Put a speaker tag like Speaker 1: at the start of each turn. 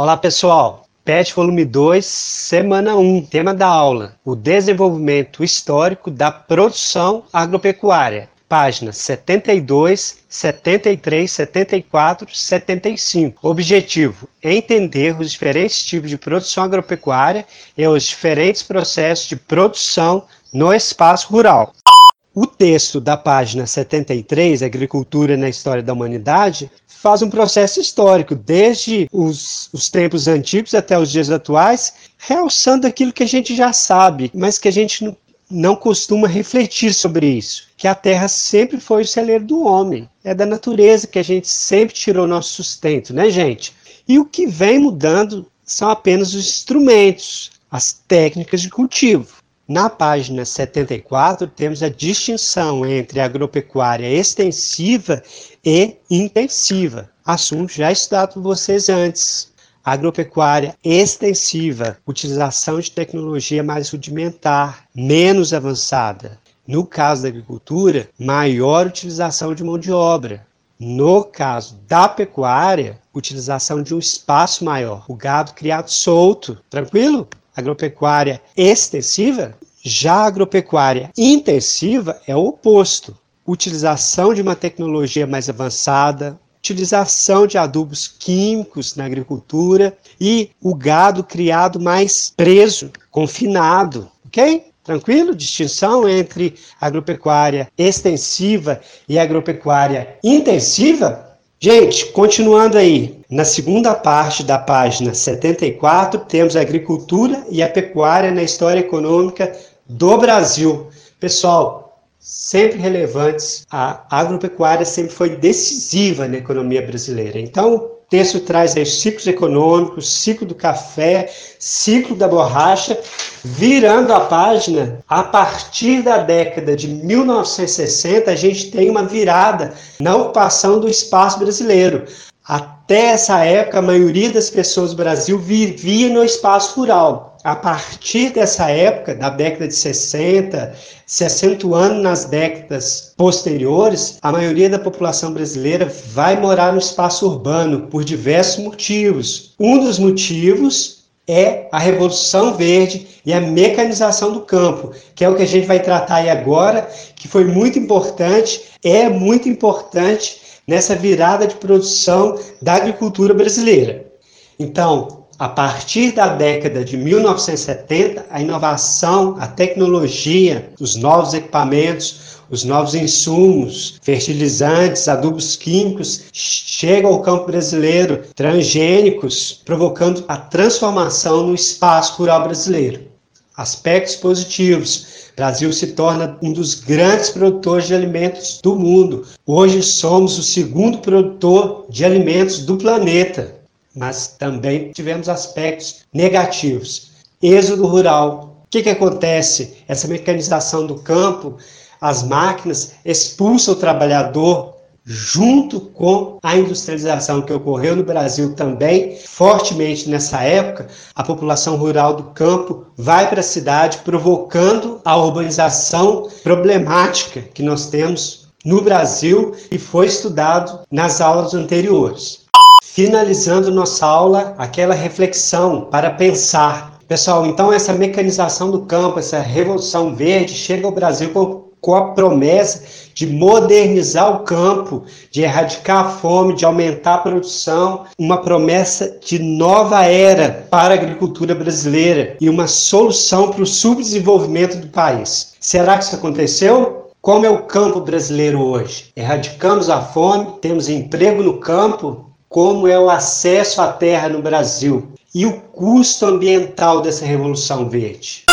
Speaker 1: Olá, pessoal. PET Volume 2, Semana 1, tema da aula: o desenvolvimento histórico da produção agropecuária. Páginas 72, 73, 74, 75. Objetivo: entender os diferentes tipos de produção agropecuária e os diferentes processos de produção no espaço rural. O texto da página 73, Agricultura na História da Humanidade, faz um processo histórico, desde os tempos antigos até os dias atuais, realçando aquilo que a gente já sabe, mas que a gente não costuma refletir sobre isso, que a terra sempre foi o celeiro do homem, é da natureza que a gente sempre tirou nosso sustento, né, gente? E o que vem mudando são apenas os instrumentos, as técnicas de cultivo. Na página 74, temos a distinção entre agropecuária extensiva e intensiva, assunto já estudado por vocês antes. Agropecuária extensiva, utilização de tecnologia mais rudimentar, menos avançada. No caso da agricultura, maior utilização de mão de obra. No caso da pecuária, utilização de um espaço maior, o gado criado solto, tranquilo? Agropecuária extensiva. Já a agropecuária intensiva é o oposto. Utilização de uma tecnologia mais avançada, utilização de adubos químicos na agricultura e o gado criado mais preso, confinado, ok? Tranquilo? Distinção entre agropecuária extensiva e agropecuária intensiva? Gente, continuando aí, na segunda parte da página 74, temos a agricultura e a pecuária na história econômica do Brasil. Pessoal, sempre relevantes, a agropecuária sempre foi decisiva na economia brasileira. Então, o texto traz aí os ciclos econômicos, ciclo do café, ciclo da borracha, virando a página, a partir da década de 1960, a gente tem uma virada na ocupação do espaço brasileiro. Até essa época, a maioria das pessoas do Brasil vivia no espaço rural. A partir dessa época, da década de 60, se acentuando nas décadas posteriores, a maioria da população brasileira vai morar no espaço urbano por diversos motivos. Um dos motivos é a Revolução Verde e a mecanização do campo, que é o que a gente vai tratar aí agora, que foi muito importante, é muito importante nessa virada de produção da agricultura brasileira. Então, a partir da década de 1970, a inovação, a tecnologia, os novos equipamentos, os novos insumos, fertilizantes, adubos químicos, chegam ao campo brasileiro, transgênicos, provocando a transformação no espaço rural brasileiro. Aspectos positivos. O Brasil se torna um dos grandes produtores de alimentos do mundo. Hoje somos o segundo produtor de alimentos do planeta. Mas também tivemos aspectos negativos. Êxodo rural. O que acontece? Essa mecanização do campo, as máquinas expulsam o trabalhador junto com a industrialização que ocorreu no Brasil também, fortemente nessa época. A população rural do campo vai para a cidade, provocando a urbanização problemática que nós temos no Brasil e foi estudado nas aulas anteriores. Finalizando nossa aula, aquela reflexão para pensar. Pessoal, então essa mecanização do campo, essa revolução verde chega ao Brasil com a promessa de modernizar o campo, de erradicar a fome, de aumentar a produção, uma promessa de nova era para a agricultura brasileira e uma solução para o subdesenvolvimento do país. Será que isso aconteceu? Como é o campo brasileiro hoje? Erradicamos a fome, temos emprego no campo? Como é o acesso à terra no Brasil e o custo ambiental dessa revolução verde?